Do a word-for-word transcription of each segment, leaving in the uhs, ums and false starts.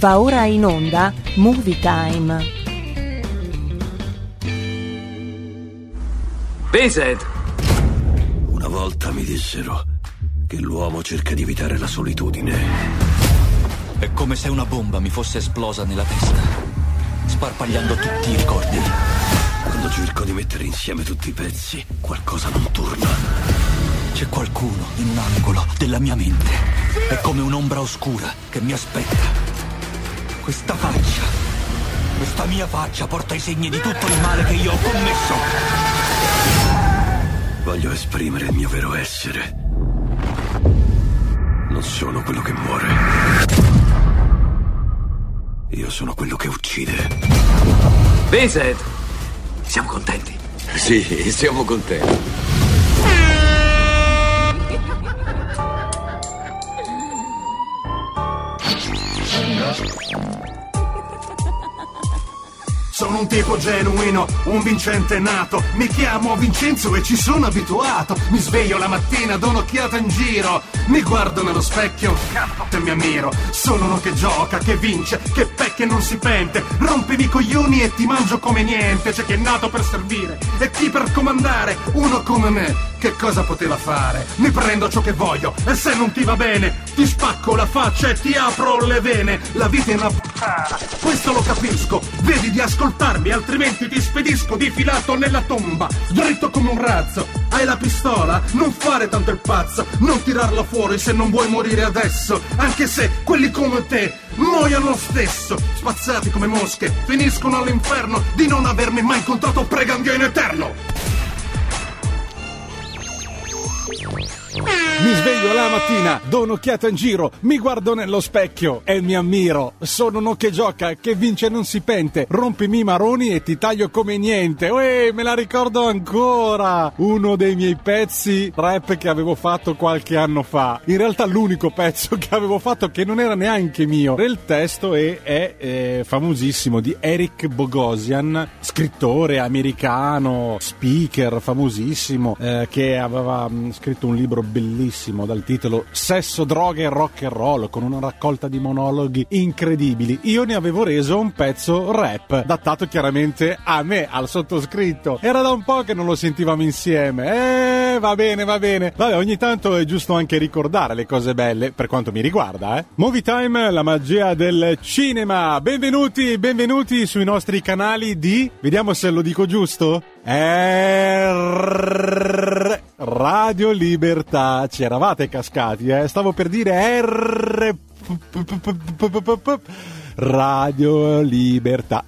Va ora in onda Movie Time. Vincent! Una volta mi dissero che l'uomo cerca di evitare la solitudine. È come se una bomba mi fosse esplosa nella testa, sparpagliando tutti i ricordi. Quando cerco di mettere insieme tutti i pezzi, qualcosa non torna. C'è qualcuno in un angolo della mia mente. È come un'ombra oscura che mi aspetta. Questa faccia, questa mia faccia porta i segni di tutto il male che io ho commesso. Voglio esprimere il mio vero essere. Non sono quello che muore. Io sono quello che uccide. Vincent! Siamo contenti? Sì, siamo contenti. Sono un tipo genuino, un vincente nato. Mi chiamo Vincenzo e ci sono abituato. Mi sveglio la mattina, do un'occhiata in giro, mi guardo nello specchio, cazzo e mi ammiro. Sono uno che gioca, che vince, che pecca e non si pente. Rompimi i coglioni e ti mangio come niente. C'è chi è nato per servire e chi per comandare. Uno come me, che cosa poteva fare? Mi prendo ciò che voglio e se non ti va bene ti spacco la faccia e ti apro le vene. La vita è una puttana, questo lo capisco. Vedi di ascoltarmi, altrimenti ti spedisco difilato nella tomba, dritto come un razzo. Hai la pistola? Non fare tanto il pazzo, non tirarla fuori se non vuoi morire adesso, anche se quelli come te muoiono lo stesso. Spazzati come mosche, finiscono all'inferno di non avermi mai incontrato pregando in eterno. Mi sveglio la mattina, do un'occhiata in giro, mi guardo nello specchio e mi ammiro. Sono uno che gioca, che vince e non si pente. Rompimi i maroni e ti taglio come niente. Uè, me la ricordo ancora. Uno dei miei pezzi rap che avevo fatto qualche anno fa. In realtà l'unico pezzo che avevo fatto che non era neanche mio. Il testo è, è, è famosissimo, di Eric Bogosian, scrittore americano, speaker famosissimo, eh, che aveva mh, scritto un libro bellissimo dal titolo Sesso, droga e rock and roll, con una raccolta di monologhi incredibili. Io ne avevo reso un pezzo rap, datato chiaramente a me, al sottoscritto. Era da un po' che non lo sentivamo insieme. Eh, va bene, va bene. Vabbè, ogni tanto è giusto anche ricordare le cose belle, per quanto mi riguarda, eh. Movie Time, la magia del cinema. Benvenuti, benvenuti sui nostri canali di... Vediamo se lo dico giusto. R... Radio Libertà. Ci eravate cascati, eh? Stavo per dire R... Radio Libertà.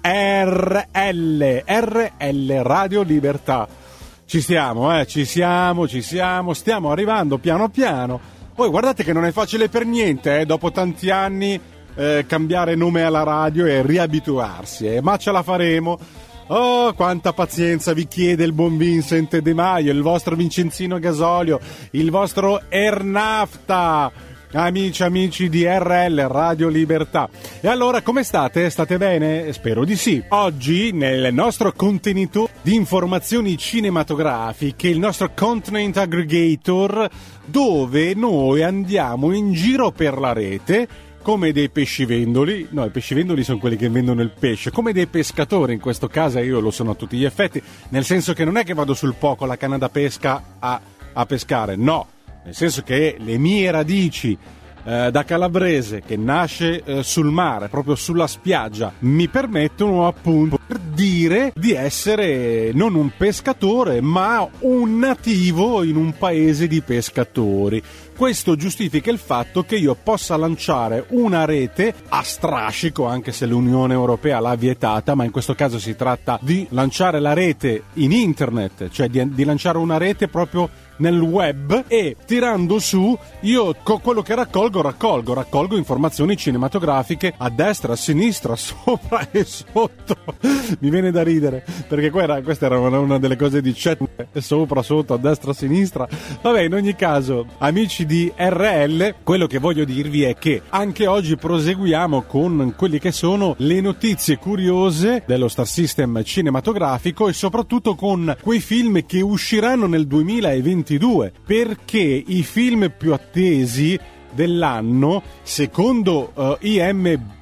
R L R L Radio Libertà. Ci siamo, eh? Ci siamo, ci siamo. Stiamo arrivando piano piano. Poi guardate che non è facile per niente, eh? Dopo tanti anni eh, cambiare nome alla radio e riabituarsi, eh? Ma ce la faremo. Oh, quanta pazienza vi chiede il buon Vincent De Maio, il vostro Vincenzino Gasolio, il vostro Ernafta, amici amici di R L Radio Libertà. E allora, come state? State bene? Spero di sì. Oggi, nel nostro contenitore di informazioni cinematografiche, il nostro Content Aggregator, dove noi andiamo in giro per la rete come dei pescivendoli. No, i pescivendoli sono quelli che vendono il pesce, come dei pescatori. In questo caso io lo sono a tutti gli effetti, nel senso che non è che vado sul Po con la canna da pesca a, a pescare, no, nel senso che le mie radici eh, da calabrese, che nasce eh, sul mare, proprio sulla spiaggia, mi permettono appunto per dire di essere non un pescatore ma un nativo in un paese di pescatori. Questo giustifica il fatto che io possa lanciare una rete a strascico, anche se l'Unione Europea l'ha vietata, ma in questo caso si tratta di lanciare la rete in internet, cioè di, di lanciare una rete proprio nel web, e tirando su io con quello che raccolgo raccolgo raccolgo informazioni cinematografiche a destra, a sinistra, sopra e sotto. Mi viene da ridere perché questa era una delle cose di chat, sopra, sotto, a destra, a sinistra. Vabbè, in ogni caso, amici di R L, quello che voglio dirvi è che anche oggi proseguiamo con quelli che sono le notizie curiose dello Star System cinematografico, e soprattutto con quei film che usciranno nel duemilaventidue, perché i film più attesi dell'anno, secondo uh, I M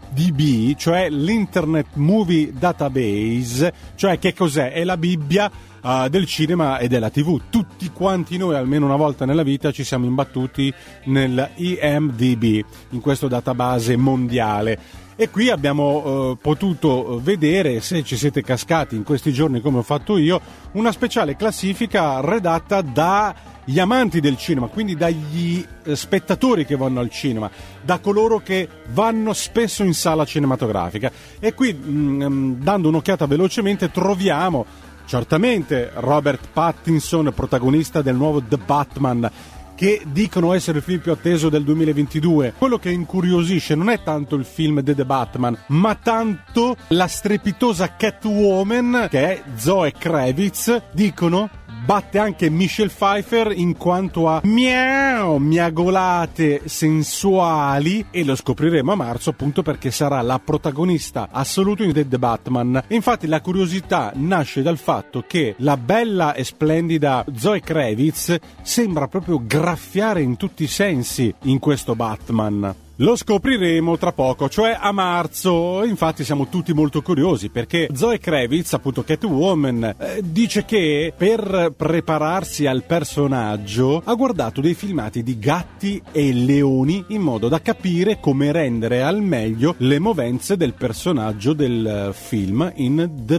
D B, cioè l'Internet Movie Database, cioè che cos'è? È la Bibbia uh, del cinema e della tivù. Tutti quanti noi, almeno una volta nella vita, ci siamo imbattuti nel I M D B, in questo database mondiale. E qui abbiamo uh, potuto vedere, se ci siete cascati in questi giorni come ho fatto io, una speciale classifica redatta dagli amanti del cinema, quindi dagli spettatori che vanno al cinema, da coloro che vanno spesso in sala cinematografica. E qui, mh, dando un'occhiata velocemente, troviamo certamente Robert Pattinson, protagonista del nuovo The Batman, che dicono essere il film più atteso del duemilaventidue. Quello che incuriosisce non è tanto il film di The Batman, ma tanto la strepitosa Catwoman, che è Zoe Kravitz. Dicono batte anche Michelle Pfeiffer in quanto a miau, miagolate sensuali, e lo scopriremo a marzo, appunto perché sarà la protagonista assoluta in The Batman. E infatti la curiosità nasce dal fatto che la bella e splendida Zoe Kravitz sembra proprio graffiare in tutti i sensi in questo Batman. Lo scopriremo tra poco, cioè a marzo. Infatti siamo tutti molto curiosi, perché Zoe Kravitz, appunto Catwoman, eh, dice che per prepararsi al personaggio ha guardato dei filmati di gatti e leoni in modo da capire come rendere al meglio le movenze del personaggio del film in The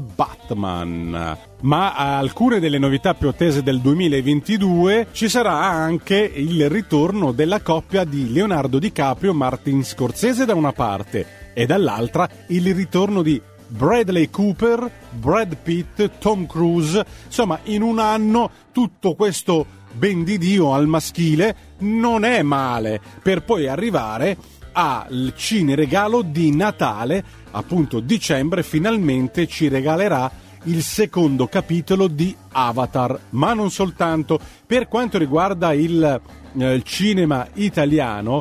Batman. Ma a alcune delle novità più attese del duemilaventidue ci sarà anche il ritorno della coppia di Leonardo DiCaprio, Martin Scorsese da una parte, e dall'altra il ritorno di Bradley Cooper, Brad Pitt, Tom Cruise. Insomma, in un anno tutto questo ben di Dio al maschile non è male, per poi arrivare al cineregalo di Natale. Appunto, dicembre finalmente ci regalerà il secondo capitolo di Avatar, ma non soltanto. Per quanto riguarda il, eh, il cinema italiano,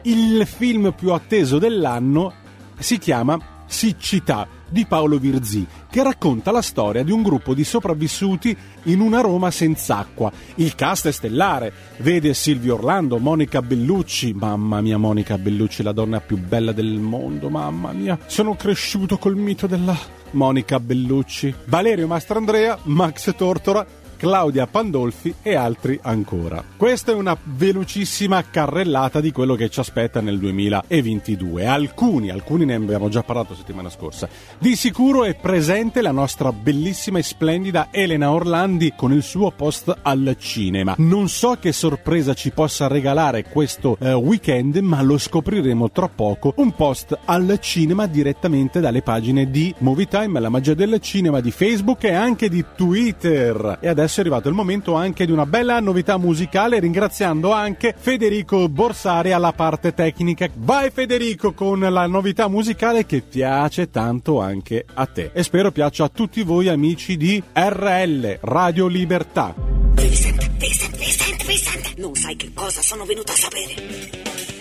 il film più atteso dell'anno si chiama Siccità di Paolo Virzì, che racconta la storia di un gruppo di sopravvissuti in una Roma senza acqua. Il cast è stellare, vede Silvio Orlando, Monica Bellucci. Mamma mia, Monica Bellucci, la donna più bella del mondo, mamma mia, sono cresciuto col mito della Monica Bellucci. Valerio Mastrandrea, Max Tortora, Claudia Pandolfi e altri ancora. Questa è una velocissima carrellata di quello che ci aspetta nel duemilaventidue. Alcuni, alcuni ne abbiamo già parlato settimana scorsa. Di sicuro è presente la nostra bellissima e splendida Elena Orlandi con il suo post al cinema. Non so che sorpresa ci possa regalare questo eh, weekend, ma lo scopriremo tra poco. Un post al cinema direttamente dalle pagine di Movie Time, la magia del cinema, di Facebook e anche di Twitter. E adesso è arrivato il momento anche di una bella novità musicale, ringraziando anche Federico Borsari alla parte tecnica. Vai Federico con la novità musicale che piace tanto anche a te, e spero piaccia a tutti voi amici di R L Radio Libertà. Vincent, Vincent, Vincent, Vincent, non sai che cosa sono venuta a sapere.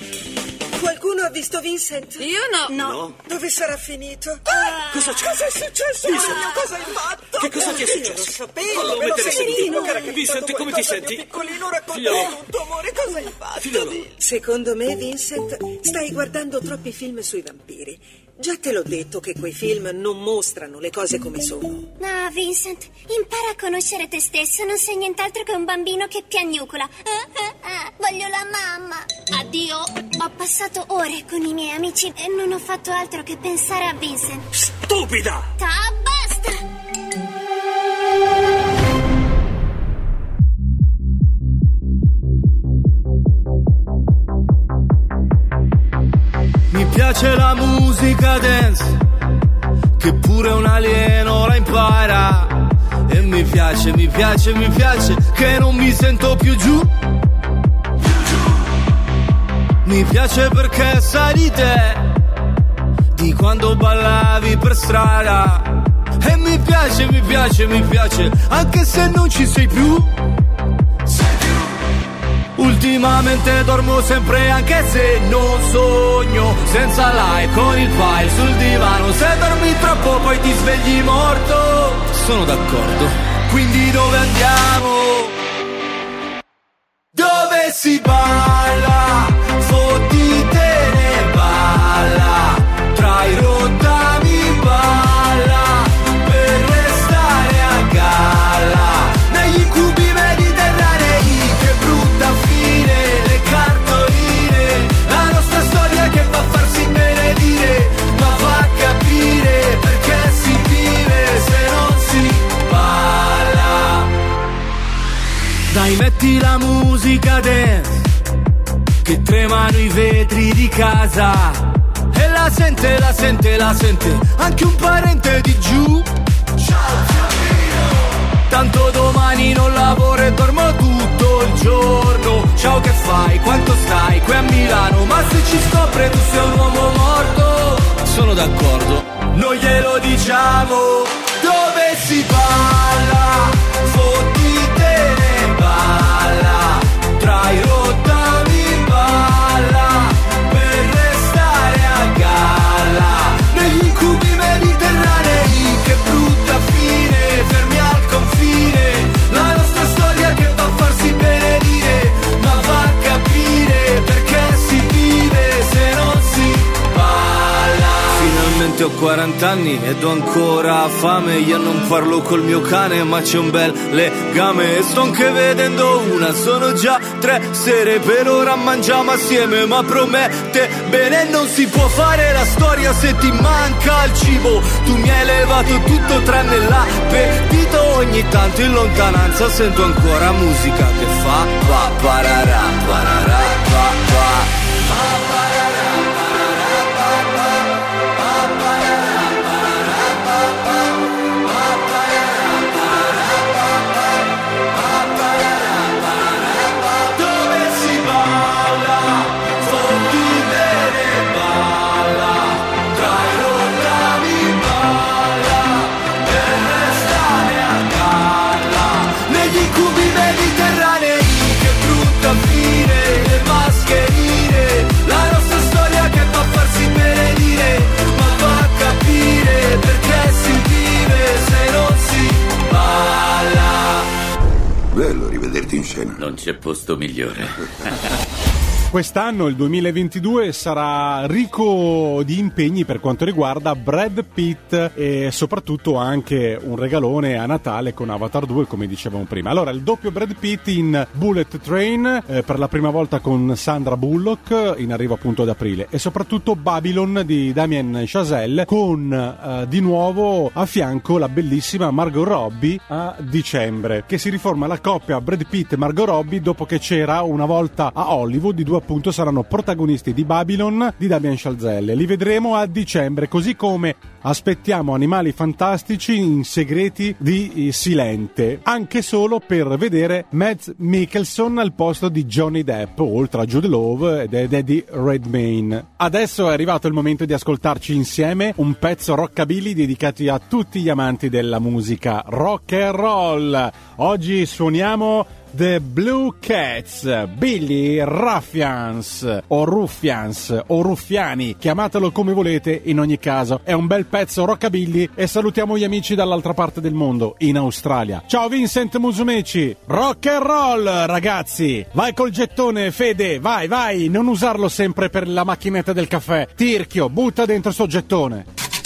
Qualcuno ha visto Vincent? Io no. No. no. Dove sarà finito? Ah, cosa c'è? Cosa è successo? Vincent. Cosa hai fatto? Che cosa ti è Io successo? lo sapevo, Fallo me lo mettere sentivo. sereno. Vincent, come ti senti? Piccolino, racconta Figliolo. tutto, amore. Cosa hai fatto? Figliolo. Secondo me, Vincent, stai guardando troppi film sui vampiri. Già te l'ho detto che quei film non mostrano le cose come sono. No, Vincent, impara a conoscere te stesso. Non sei nient'altro che un bambino che piagnucola. Ah, ah, ah, voglio la mamma. Addio. Ho passato ore con i miei amici e non ho fatto altro che pensare a Vincent. Stupida! Ta, basta! Mi piace la musica dance, che pure un alieno la impara. E mi piace, mi piace, mi piace, che non mi sento più giù. Mi piace perché sai di te, di quando ballavi per strada. E mi piace, mi piace, mi piace, anche se non ci sei più. Ultimamente dormo sempre anche se non sogno, senza like con il file sul divano. Se dormi troppo poi ti svegli morto. Sono d'accordo. Quindi dove andiamo? Dove si balla? Fottitene balla. Tra mano i vetri di casa. E la sente, la sente, la sente anche un parente di giù. Ciao zio Pino. Tanto domani non lavoro e dormo tutto il giorno. Ciao, che fai? Quanto stai? Qui a Milano. Ma se ci scopre tu sei un uomo morto. Sono d'accordo, non glielo diciamo. Dove si balla, fottitene balla, tra i rottami balla, per restare a galla, negli incubi mediterranei, che brutta fine, fermi al confine, la nostra storia che va a farsi benedire, ma va a capire perché si vive se non si balla. Finalmente ho quaranta anni ed ho ancora fame. Io non parlo col mio cane ma c'è un bel legame. E sto anche vedendo una, sono già tre sere. Per ora mangiamo assieme ma promette bene. Non si può fare la storia se ti manca il cibo. Tu mi hai levato tutto tranne l'appetito. Ogni tanto in lontananza sento ancora musica che fa pa pararà pararà pa pa. Bello rivederti in scena. Non c'è posto migliore. Quest'anno, il duemilaventidue, sarà ricco di impegni per quanto riguarda Brad Pitt e soprattutto anche un regalone a Natale con Avatar due, come dicevamo prima. Allora, il doppio Brad Pitt in Bullet Train, eh, per la prima volta con Sandra Bullock, in arrivo appunto ad aprile, e soprattutto Babylon di Damien Chazelle con eh, di nuovo a fianco la bellissima Margot Robbie a dicembre, che si riforma la coppia Brad Pitt e Margot Robbie dopo che c'era una volta a Hollywood. I due appunto saranno protagonisti di Babylon di Damien Chazelle. Li vedremo a dicembre, così come aspettiamo Animali Fantastici in Segreti di Silente, anche solo per vedere Mads Mikkelsen al posto di Johnny Depp, oltre a Jude Law ed Eddie Redmayne. Adesso è arrivato il momento di ascoltarci insieme un pezzo rockabilly dedicati a tutti gli amanti della musica rock and roll. Oggi suoniamo The Blue Cats, Billy Ruffians o Ruffians o Ruffiani, chiamatelo come volete, in ogni caso è un bel pezzo rockabilly. E salutiamo gli amici dall'altra parte del mondo, in Australia. Ciao Vincent Musumeci, rock and roll ragazzi, vai col gettone Fede, vai vai, non usarlo sempre per la macchinetta del caffè, Tirchio, butta dentro sto gettone.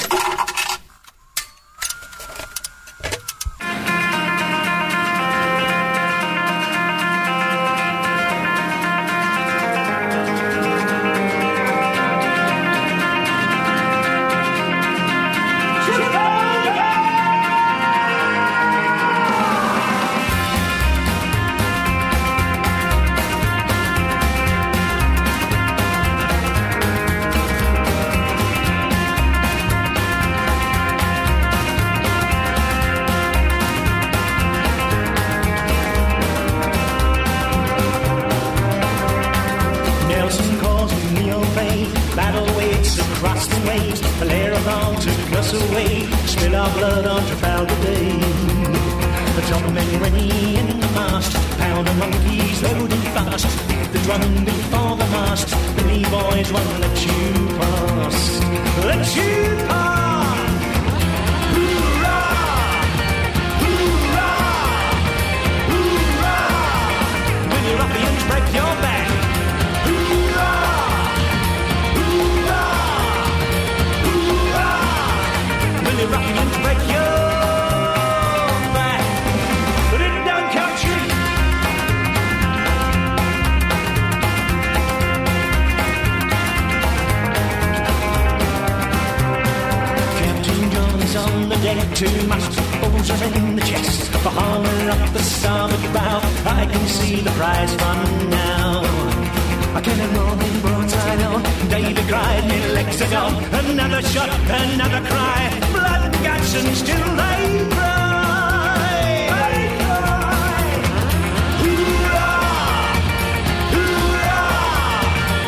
Two masked bulls in the chest, for holler up the starboard bow. I can see the prize fund now. Kenneth Norman broadside on, David cried, my legs are gone. Another shot, another cry, blood and guts and still they cry. They cry. Hoorah! Hoorah!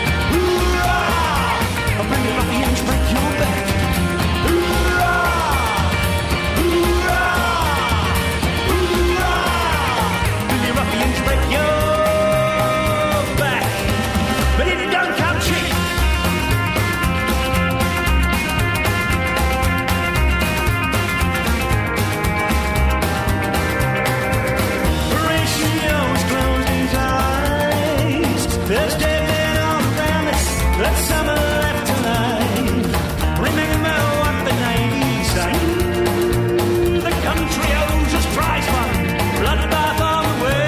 Hoorah! Bring the ruffians, break your back. Hoorah! Hoorah! Hoorah! Bring the ruffians, break your but it don't come cheap. Horatio's closed his eyes. There's dead men all around us, but some are left alive. Remember what the Navy sang. The country owes us prize one, bloodbath on the way.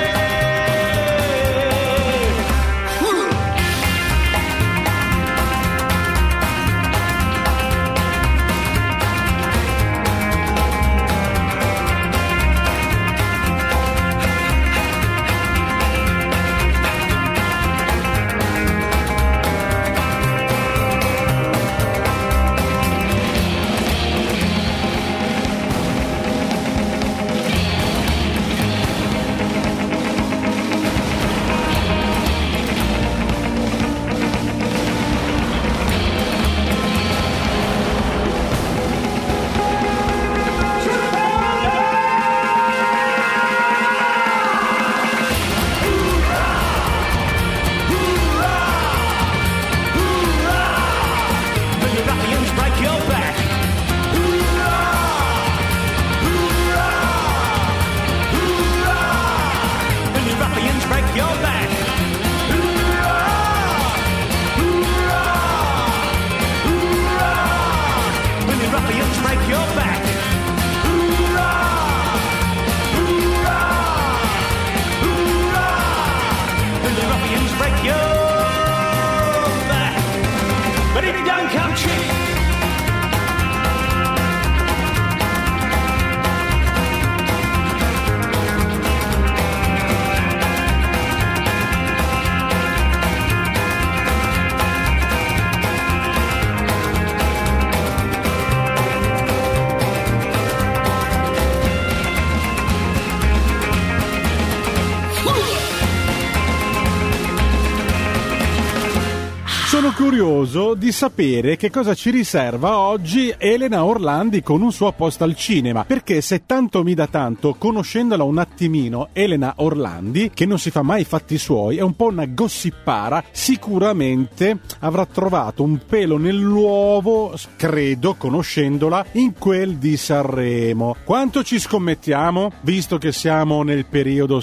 Sono curioso di sapere che cosa ci riserva oggi Elena Orlandi con un suo post al cinema, perché se tanto mi dà tanto, conoscendola un attimino, Elena Orlandi, che non si fa mai i fatti suoi, è un po' una gossipara, sicuramente avrà trovato un pelo nell'uovo, credo, conoscendola, in quel di Sanremo. Quanto ci scommettiamo, visto che siamo nel periodo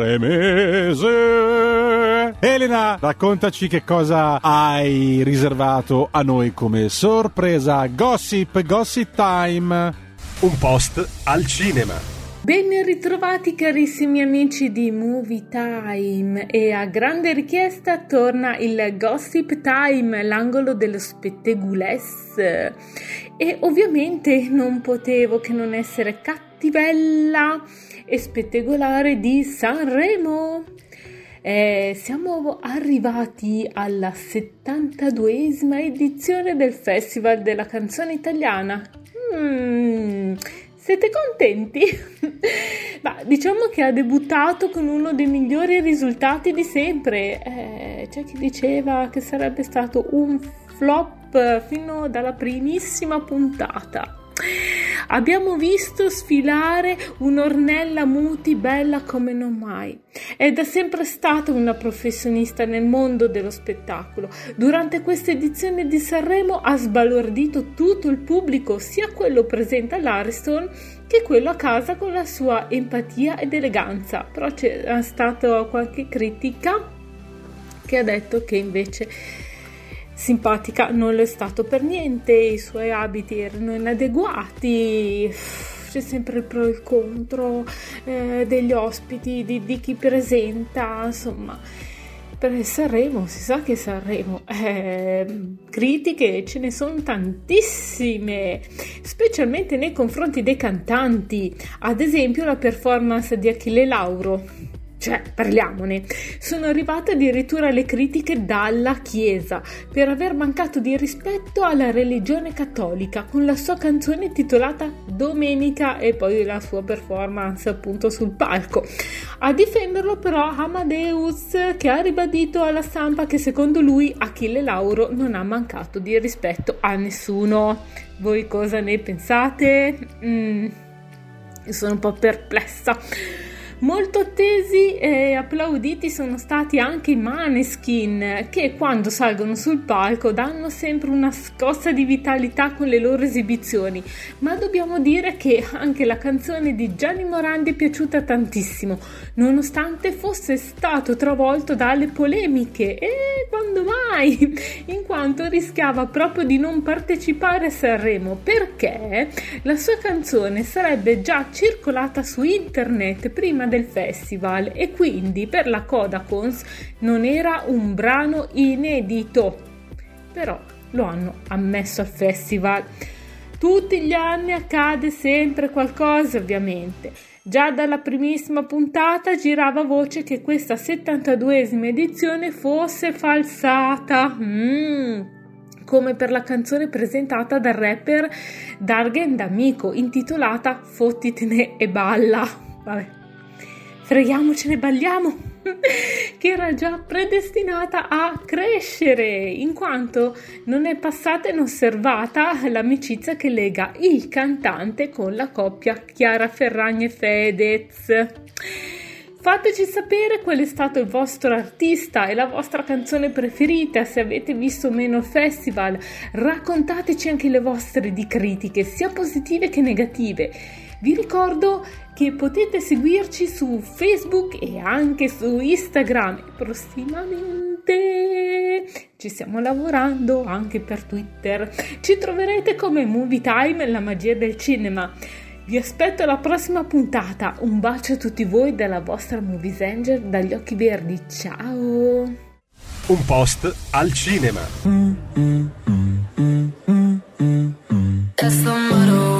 sanremese? Elena, raccontaci che cosa hai riservato a noi come sorpresa. Gossip, Gossip Time. Un post al cinema. Ben ritrovati carissimi amici di Movie Time, e a grande richiesta torna il Gossip Time, l'angolo dello spettegules, e ovviamente non potevo che non essere cattivella e spettegolare di Sanremo. Eh, siamo arrivati alla settantaduesima edizione del Festival della Canzone Italiana. Mm, siete contenti? Ma diciamo che ha debuttato con uno dei migliori risultati di sempre. Eh, c'è chi diceva che sarebbe stato un flop fino dalla primissima puntata. Abbiamo visto sfilare un'Ornella Muti bella come non mai. È da sempre stata una professionista nel mondo dello spettacolo. Durante questa edizione di Sanremo ha sbalordito tutto il pubblico, sia quello presente all'Ariston che quello a casa, con la sua empatia ed eleganza. Però c'è stata qualche critica che ha detto che invece simpatica non lo è stato per niente, i suoi abiti erano inadeguati, c'è sempre il pro e il contro eh, degli ospiti, di, di chi presenta, insomma. Per Sanremo, si sa che Sanremo, eh, critiche ce ne sono tantissime, specialmente nei confronti dei cantanti. Ad esempio la performance di Achille Lauro. Cioè, parliamone, sono arrivate addirittura le critiche dalla Chiesa per aver mancato di rispetto alla religione cattolica con la sua canzone intitolata Domenica e poi la sua performance appunto sul palco. A difenderlo però Amadeus, che ha ribadito alla stampa che secondo lui Achille Lauro non ha mancato di rispetto a nessuno. Voi cosa ne pensate? Mm, io sono un po' perplessa. Molto attesi e applauditi sono stati anche i Maneskin, che quando salgono sul palco danno sempre una scossa di vitalità con le loro esibizioni, ma dobbiamo dire che anche la canzone di Gianni Morandi è piaciuta tantissimo, nonostante fosse stato travolto dalle polemiche. E quando mai? In quanto rischiava proprio di non partecipare a Sanremo, perché la sua canzone sarebbe già circolata su internet prima del festival e quindi per la Kodakons non era un brano inedito, però lo hanno ammesso al festival. Tutti gli anni accade sempre qualcosa, ovviamente. Già dalla primissima puntata girava voce che questa settantaduesima edizione fosse falsata, mm. come per la canzone presentata dal rapper Dargen D'Amico intitolata Fottitene e balla. Vabbè, freghiamocene, balliamo, che era già predestinata a crescere, in quanto non è passata inosservata l'amicizia che lega il cantante con la coppia Chiara Ferragni e Fedez. Fateci sapere qual è stato il vostro artista e la vostra canzone preferita, se avete visto o meno il festival. Raccontateci anche le vostre di critiche, sia positive che negative. Vi ricordo che potete seguirci su Facebook e anche su Instagram. Prossimamente ci stiamo lavorando anche per Twitter. Ci troverete come Movie Time, la magia del cinema. Vi aspetto alla prossima puntata. Un bacio a tutti voi dalla vostra Movies Angel dagli occhi verdi. Ciao! Un post al cinema. That's the motto.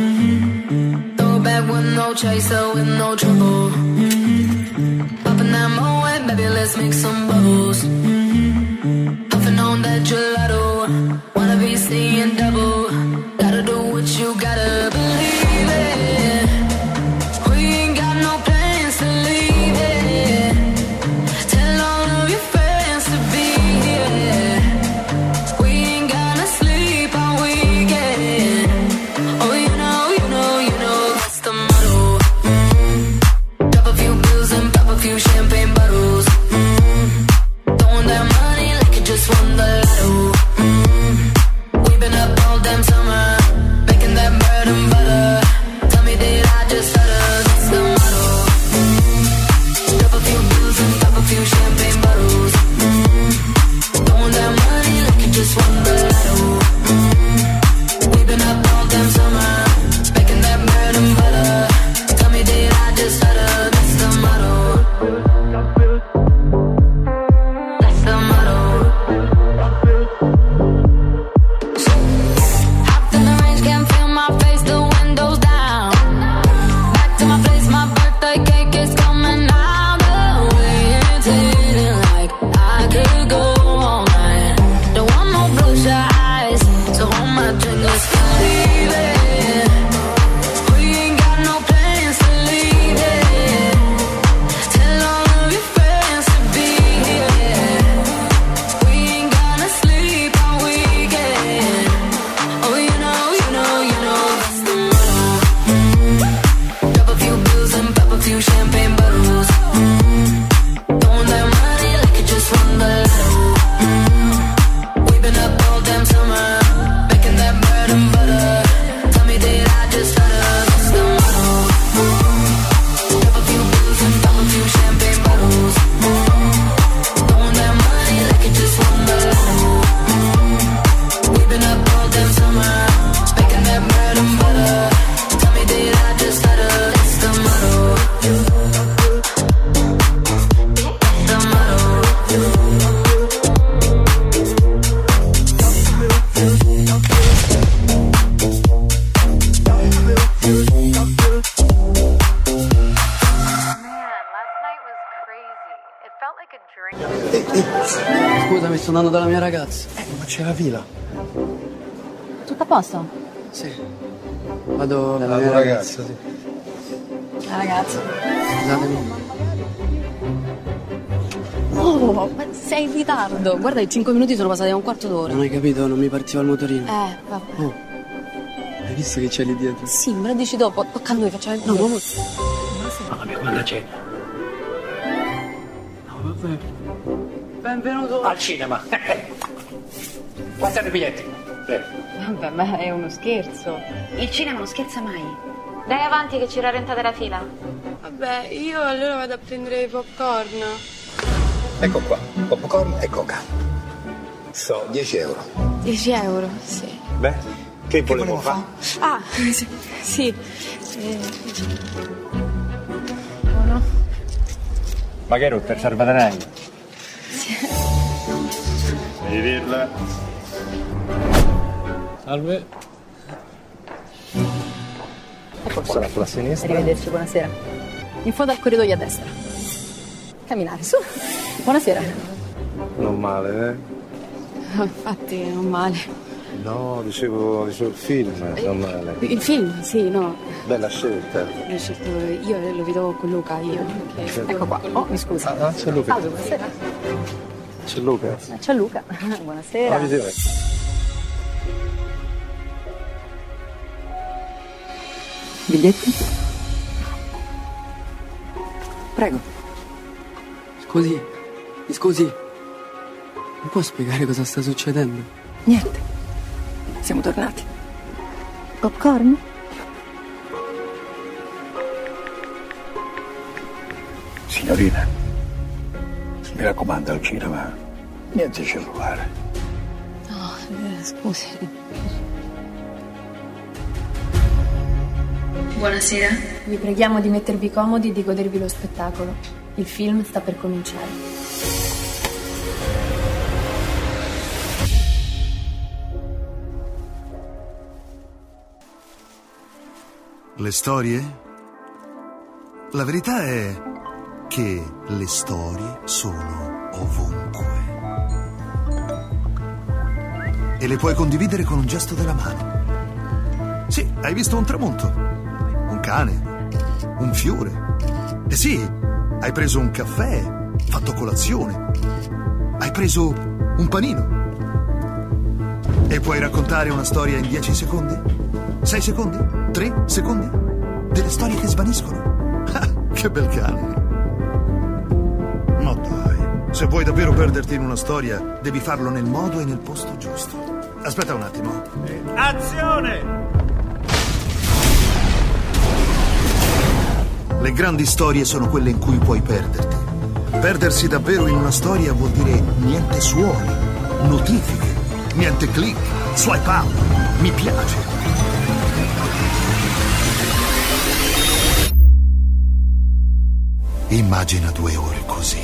Back with no chaser, with no trouble. Popping that Moet, baby, let's make some bubbles. Puffing on that gelato, wanna be seeing double. Gotta do what you gotta believe it. We ain't got no plans to leave it. Tell all of your friends to be here. We ain't gonna sleep all weekend. Oh, you know, you know, you know. Few champagne bottles, mm-hmm. Don't andando dalla mia ragazza. Eh, ma c'è la fila. Tutto a posto? Sì. Vado dalla La mia tua ragazza. ragazza, sì. La ragazza. Scusatemi. Oh, ma sei in ritardo. Guarda, i cinque minuti sono passati a un quarto d'ora. Non hai capito, non mi partiva il motorino. Eh, vabbè. Oh, hai visto che c'è lì dietro? Sì, me lo dici dopo. Tocca a noi, facciamo il No, video. ma... Mamma mia, quando c'è? No, vabbè. Benvenuto Al cinema. Quanti sono i biglietti? Prego. Vabbè, ma è uno scherzo. Il cinema non scherza mai. Dai avanti che ci rallentate la fila. Vabbè, io allora vado a prendere i popcorn. Ecco qua, popcorn e coca. So, dieci euro. dieci euro, sì. Beh, che volevo fare? Ah, sì. sì. Eh... No, no. Ma che rotta il salvadanaio? Sì. Devi dirla. Salve. Ecco Sarà sulla sinistra. Arrivederci, buonasera. In fondo al corridoio a destra. Camminare, su. Buonasera. Non male, eh? Oh, infatti, non male. No, dicevo, dicevo il film, non male. Il film, sì, no. Bella scelta. L'ho scelto io, lo vedo con Luca, io. che- Ecco qua. Oh, mi scusa. Ah, c'è Luca. Salve, buonasera. C'è Luca. C'è Luca. Buonasera. Ah, vedete. Biglietti? Prego. Scusi, mi scusi. Mi può spiegare cosa sta succedendo? Niente. Siamo tornati. Popcorn? Signorina, mi raccomando al cinema, niente cellulare. No, eh, scusi. Buonasera. Vi preghiamo di mettervi comodi e di godervi lo spettacolo. Il film sta per cominciare. Le storie? La verità è che le storie sono ovunque. E le puoi condividere con un gesto della mano. Sì, hai visto un tramonto, un cane, un fiore. E sì, hai preso un caffè, fatto colazione. Hai preso un panino. E puoi raccontare una storia in dieci secondi? Sei secondi? Tre secondi? Delle storie che svaniscono. Ah, che bel cane. Ma dai, se vuoi davvero perderti in una storia, devi farlo nel modo e nel posto giusto. Aspetta un attimo. Azione! Le grandi storie sono quelle in cui puoi perderti. Perdersi davvero in una storia vuol dire niente suoni, notifiche, niente click, swipe up, mi piace. Immagina due ore così.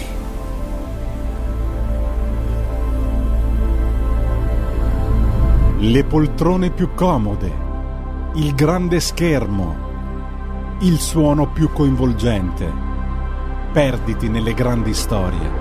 Le poltrone più comode, il grande schermo, il suono più coinvolgente. Perditi nelle grandi storie.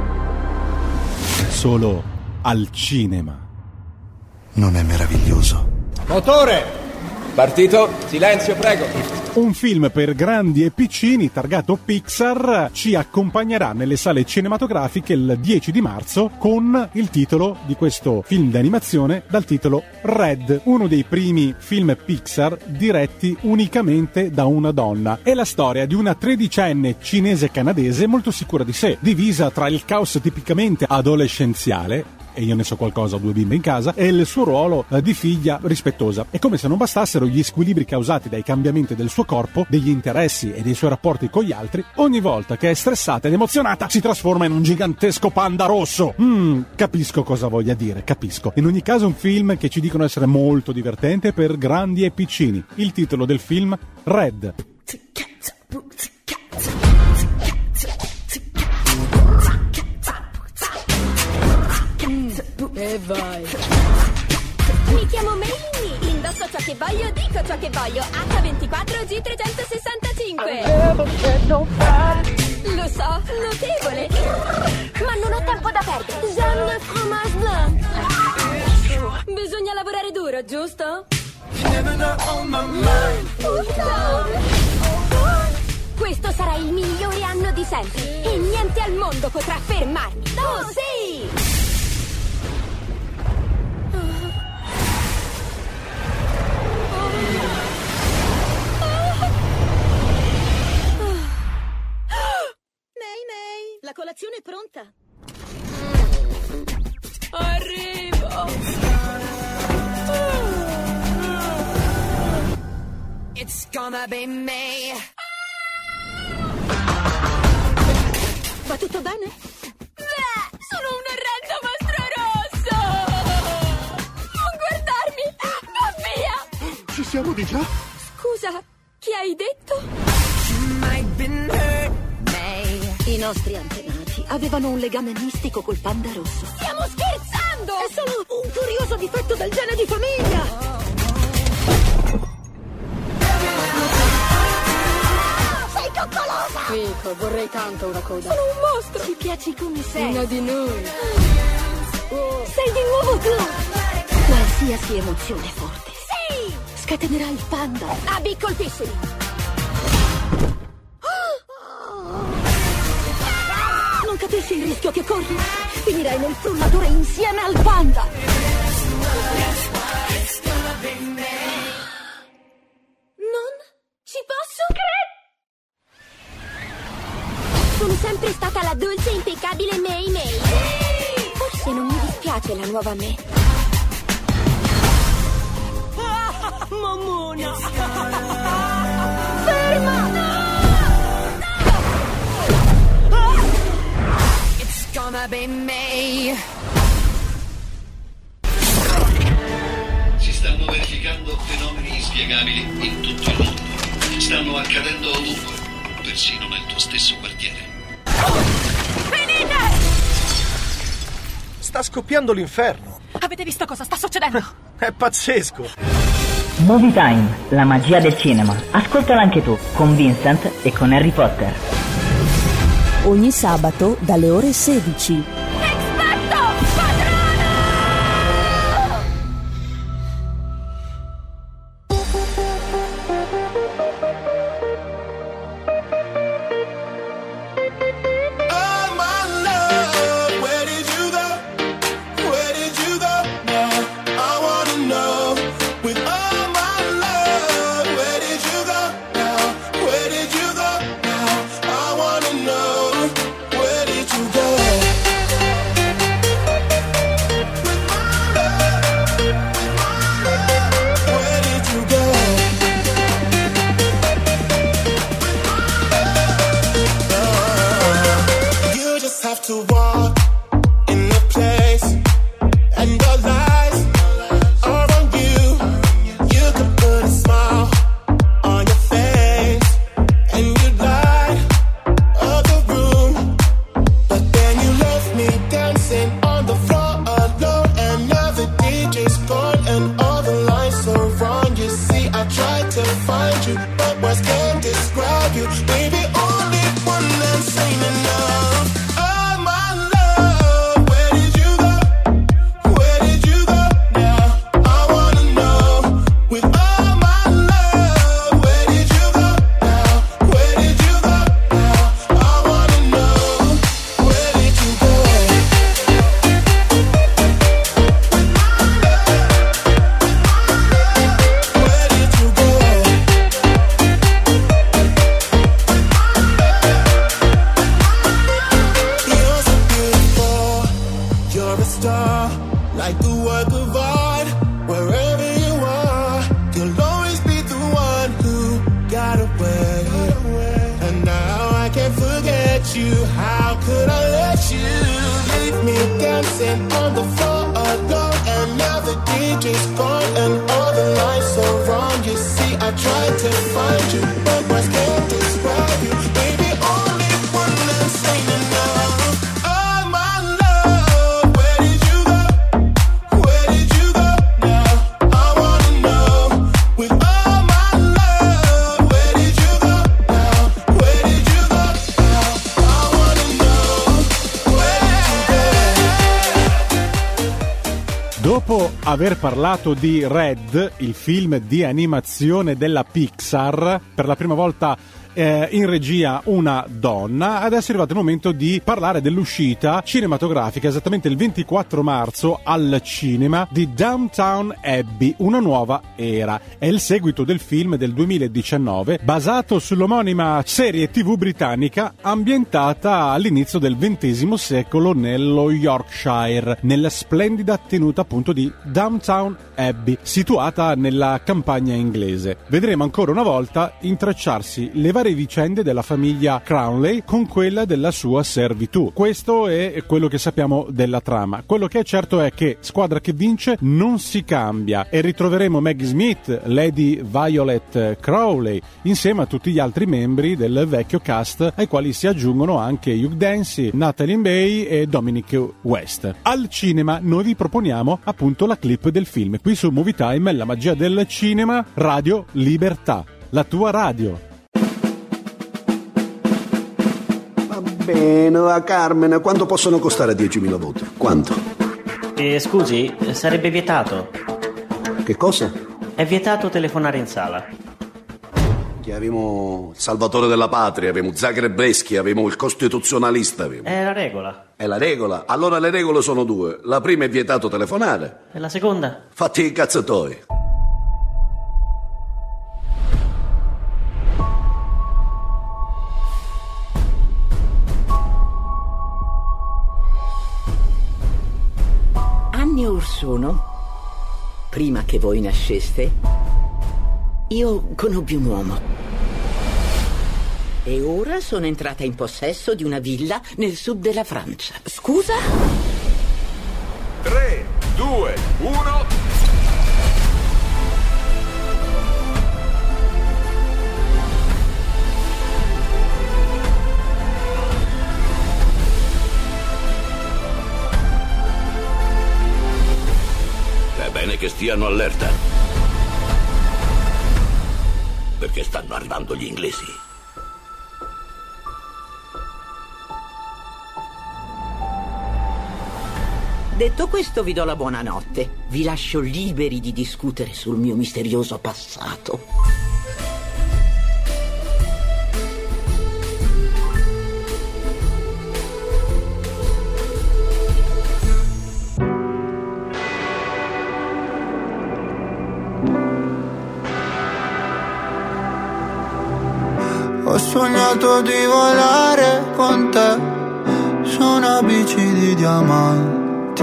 Solo al cinema. Non è meraviglioso? Motore! Partito, silenzio, prego. Un film per grandi e piccini targato Pixar ci accompagnerà nelle sale cinematografiche il dieci di marzo con il titolo di questo film d'animazione dal titolo Red, uno dei primi film Pixar diretti unicamente da una donna. È la storia di una tredicenne cinese-canadese molto sicura di sé, divisa tra il caos tipicamente adolescenziale, e io ne so qualcosa, ho due bimbe in casa, e il suo ruolo eh, di figlia rispettosa. E come se non bastassero gli squilibri causati dai cambiamenti del suo corpo, degli interessi e dei suoi rapporti con gli altri, ogni volta che è stressata ed emozionata si trasforma in un gigantesco panda rosso. Mmm, capisco cosa voglia dire, capisco. In ogni caso un film che ci dicono essere molto divertente per grandi e piccini. Il titolo del film, Red. E vai. Mi chiamo Meini, indosso ciò che voglio, dico ciò che voglio. acca ventiquattro G trecentosessantacinque. Lo so, notevole. ma non ho tempo da perdere. J'aime le fromage blanc. Bisogna lavorare duro, giusto? Questo sarà il migliore anno di sempre e niente al mondo potrà fermarmi. Oh, sì! May May, la colazione è pronta. Arrivo. It's gonna be me. Va tutto bene? Beh, sono un orrendo mostro rosso. Non guardarmi, va via. Ci siamo di già? Scusa, che hai detto? I nostri antenati avevano un legame mistico col panda rosso. Stiamo scherzando! È solo un curioso difetto del gene di famiglia. Sei coccolosa! Fico, vorrei tanto una coda. Sono un mostro! Ci piaci come sei. Una di noi. Oh. Sei di nuovo tu! Qualsiasi emozione forte. Sì! Scatenerà il panda. Abbi colpissimi. Non capisci il rischio che corri? Finirai nel frullatore insieme al panda. Non ci posso credere. Sono sempre stata la dolce e impeccabile May May. Forse non mi dispiace la nuova me. Ah, mammona. Ferma! Gonna be me. Si stanno verificando fenomeni inspiegabili in tutto il mondo. Stanno accadendo ovunque, persino nel tuo stesso quartiere. Venite! Sta scoppiando l'inferno. Avete visto cosa sta succedendo? È pazzesco. Movie Time, la magia del cinema. Ascoltala anche tu, con Vincent e con Harry Potter. Ogni sabato dalle ore sedici. Where aver parlato di Red, il film di animazione della Pixar, per la prima volta eh, in regia una donna. Adesso è arrivato il momento di parlare dell'uscita cinematografica esattamente il ventiquattro marzo al cinema di Downton Abbey, una nuova era. È il seguito del film del duemiladiciannove basato sull'omonima serie tivù britannica ambientata all'inizio del ventesimo secolo nello Yorkshire, nella splendida tenuta appunto di Downton Abbey, situata nella campagna inglese. Vedremo ancora una volta intrecciarsi le varie vicende della famiglia Crowley con quella della sua servitù. Questo è quello che sappiamo della trama. Quello che è certo è che squadra che vince non si cambia e ritroveremo Maggie Smith, Lady Violet Crowley, insieme a tutti gli altri membri del vecchio cast, ai quali si aggiungono anche Hugh Dancy, Natalie Bay e Dominic West. Al cinema noi vi proponiamo appunto la clip del film. Qui su Movie Time, la magia del cinema, Radio Libertà, la tua radio. Bene, la Carmen, quanto possono costare diecimila voti? Quanto? Eh, scusi, sarebbe vietato. Che cosa? È vietato telefonare in sala. Che avevamo il salvatore della patria, avevamo Zagrebeschi, avevamo il costituzionalista. Avevamo. È la regola. È la regola? Allora le regole sono due. La prima è vietato telefonare. E la seconda? Fatti i cazzatoi. Anni or sono, prima che voi nasceste, io conobbi un uomo. E ora sono entrata in possesso di una villa nel sud della Francia. Scusa? tre, due, uno... È bene che stiano allerta, perché stanno arrivando gli inglesi. Detto questo, vi do la buonanotte. Vi lascio liberi di discutere sul mio misterioso passato. Ho sognato di volare con te su una bici di diamanti.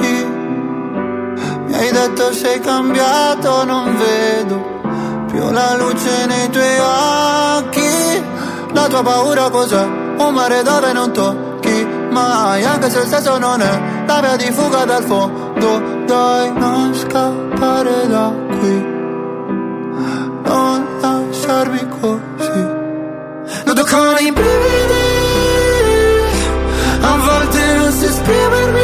Mi hai detto sei cambiato, non vedo più la luce nei tuoi occhi. La tua paura cos'è? Un mare dove non tocchi mai, anche se il senso non è la via di fuga dal fondo. Dai, non scappare da qui, non lasciarmi così. Nudo con i brividi, a volte non so esprimermi,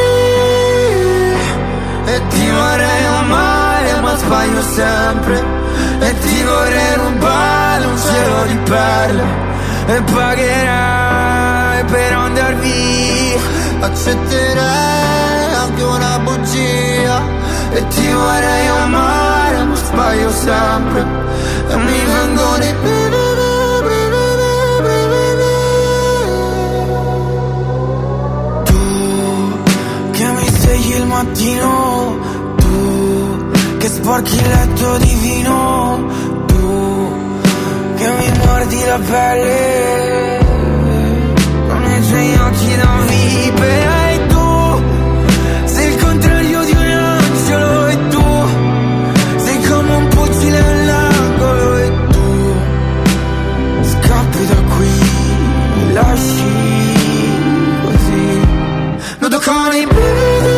e ti vorrei amare ma sbaglio sempre, e ti vorrei rubare un cielo di perle, e pagherai per andar via. Accetterei anche una bugia, e ti vorrei amare ma sbaglio sempre, e mi vengono i brividi. Il mattino, tu che sporchi il letto di vino, tu che mi mordi la pelle con i tuoi occhi da vipera, e tu sei il contrario di un angelo, e tu sei come un fucile all'angolo, e tu scappi da qui, mi lasci così, nudo con i brividi.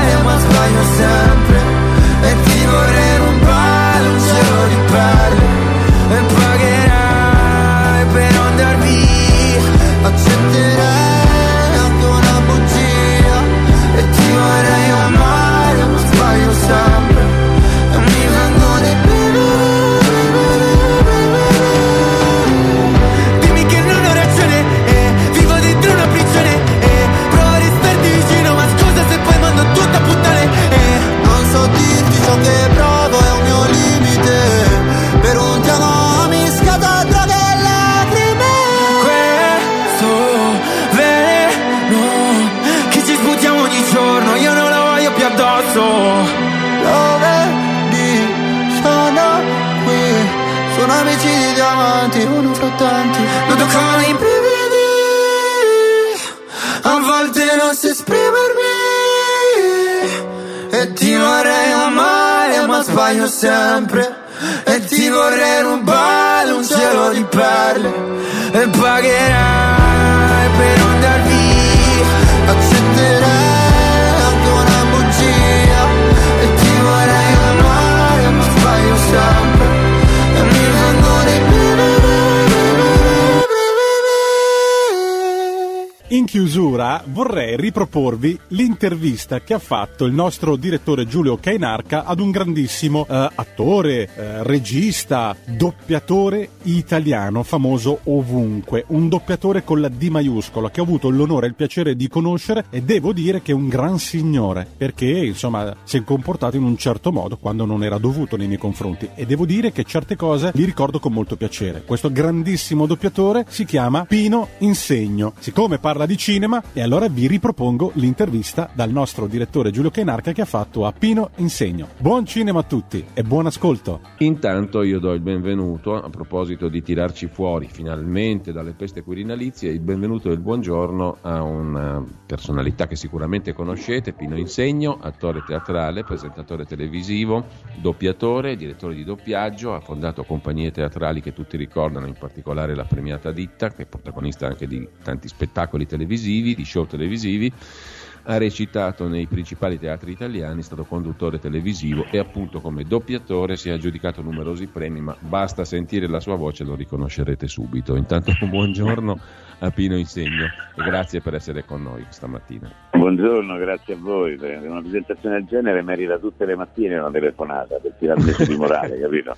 Sempre, e ti vorrei rubare un cielo di perle, so. Lo vedi, sono qui, sono amici di diamanti, uno fra tanti. Non toccano i brividi, a volte non so esprimermi, e ti vorrei amare ma sbaglio sempre, e ti vorrei rubare un cielo di perle, e pagherai per andar via, accetterai anche una bugia, e ti vorrei amare ma sbaglio sempre, e mi vengono i In chiusura vorrei riproporvi l'intervista che ha fatto il nostro direttore Giulio Cainarca ad un grandissimo eh, attore, eh, regista, doppiatore italiano famoso ovunque, un doppiatore con la D maiuscola che ho avuto l'onore e il piacere di conoscere, e devo dire che è un gran signore, perché insomma si è comportato in un certo modo quando non era dovuto nei miei confronti, e devo dire che certe cose li ricordo con molto piacere. Questo grandissimo doppiatore si chiama Pino Insegno. Siccome parla di cinema, e allora vi ripropongo l'intervista dal nostro direttore Giulio Cainarca che ha fatto a Pino Insegno. Buon cinema a tutti e buon ascolto. Intanto io do il benvenuto, a proposito di tirarci fuori finalmente dalle peste quirinalizie, il benvenuto e il buongiorno a una personalità che sicuramente conoscete, Pino Insegno, attore teatrale, presentatore televisivo, doppiatore, direttore di doppiaggio, ha fondato compagnie teatrali che tutti ricordano, in particolare la Premiata Ditta, che è protagonista anche di tanti spettacoli televisivi, di show televisivi, ha recitato nei principali teatri italiani, è stato conduttore televisivo e appunto come doppiatore si è aggiudicato numerosi premi, ma basta sentire la sua voce, lo riconoscerete subito. Intanto buongiorno a Pino Insegno e grazie per essere con noi stamattina. Buongiorno, grazie a voi. Una presentazione del genere merita tutte le mattine una telefonata per tirarmi su di morale, capito?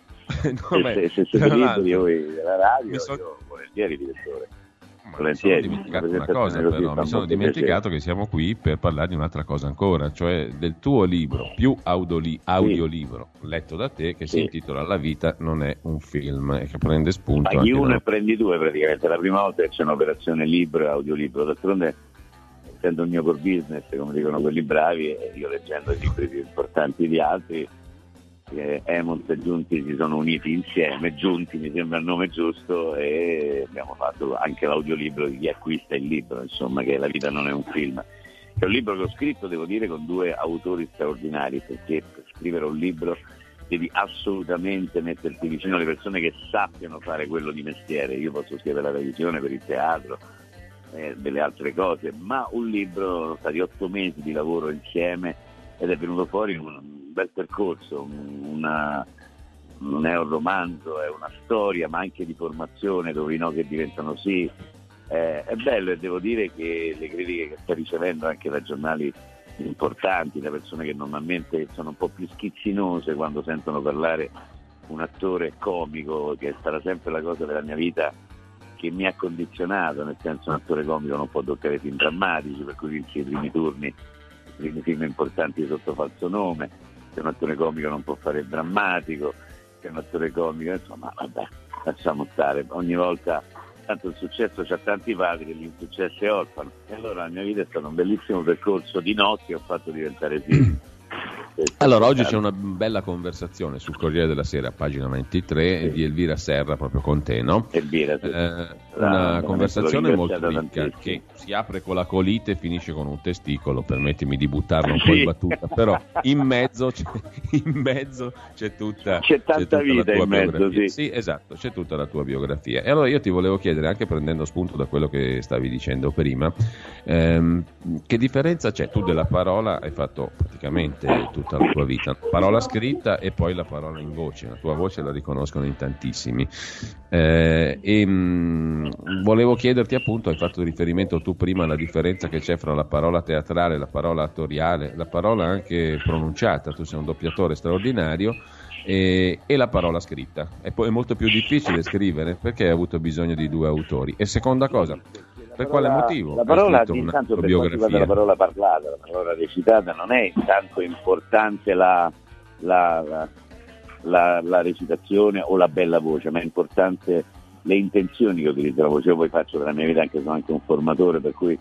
No, se, beh, se, se siete l'altro, di voi della radio, so... io volentieri direttore. Mi sono dimenticato una cosa, però mi sono dimenticato che siamo qui per parlare di un'altra cosa ancora, cioè del tuo libro più audioli- audiolibro sì. letto da te, che sì. si intitola La vita non è un film, e che prende spunto Paghi anche uno da... e prendi due praticamente. La prima volta che c'è un'operazione libro e audiolibro, d'altronde essendo il mio core business, come dicono quelli bravi, e io leggendo i libri più importanti di altri, eh, Emons e Giunti si sono uniti insieme, Giunti mi sembra il nome giusto, e abbiamo fatto anche l'audiolibro di chi acquista il libro, insomma, che La vita non è un film, che è un libro che ho scritto, devo dire, con due autori straordinari, perché per scrivere un libro devi assolutamente metterti vicino alle persone che sappiano fare quello di mestiere. Io posso scrivere per la televisione, per il teatro, eh, delle altre cose, ma un libro, sono stati otto mesi di lavoro insieme ed è venuto fuori un bel percorso, una, non è un romanzo, è una storia, ma anche di formazione, dove i no che diventano sì. Eh, è bello, e devo dire che le critiche che sta ricevendo anche da giornali importanti, da persone che normalmente sono un po' più schizzinose quando sentono parlare un attore comico, che è stata sempre la cosa della mia vita che mi ha condizionato, nel senso, un attore comico non può doppiare film drammatici, per cui vince i primi turni, i primi film importanti sotto falso nome, che un attore comico non può fare il drammatico, che un attore comico, insomma, vabbè, lasciamo stare, ogni volta tanto il successo c'ha tanti padri e l'insuccesso è orfano, e allora la mia vita è stato un bellissimo percorso di notti che ho fatto diventare film. Allora, oggi c'è una bella conversazione sul Corriere della Sera, pagina ventitré, sì. di Elvira Serra, proprio con te, no? Elvira, sì. eh, una ah, conversazione molto ricca, che si apre con la colite e finisce con un testicolo, permettimi di buttarla un sì. po' in battuta, però in mezzo c'è, in mezzo c'è tutta, c'è tanta c'è tutta vita la tua in mezzo, biografia. Sì. Sì, esatto, c'è tutta la tua biografia. E allora io ti volevo chiedere, anche prendendo spunto da quello che stavi dicendo prima, ehm, che differenza c'è? Tu della parola hai fatto praticamente tutta la tua vita, parola scritta e poi la parola in voce, la tua voce la riconoscono in tantissimi, eh, e mh, volevo chiederti, appunto, hai fatto riferimento tu prima alla differenza che c'è fra la parola teatrale, la parola attoriale, la parola anche pronunciata, tu sei un doppiatore straordinario, e, e la parola scritta, e poi è molto più difficile scrivere, perché hai avuto bisogno di due autori. E seconda cosa, per quale motivo? La parola, intanto, per quanto riguarda la parola parlata, la parola recitata, non è tanto importante la, la, la, la, la recitazione o la bella voce, ma è importante le intenzioni che utilizzo la voce. Io poi faccio della mia vita, anche sono anche un formatore, per cui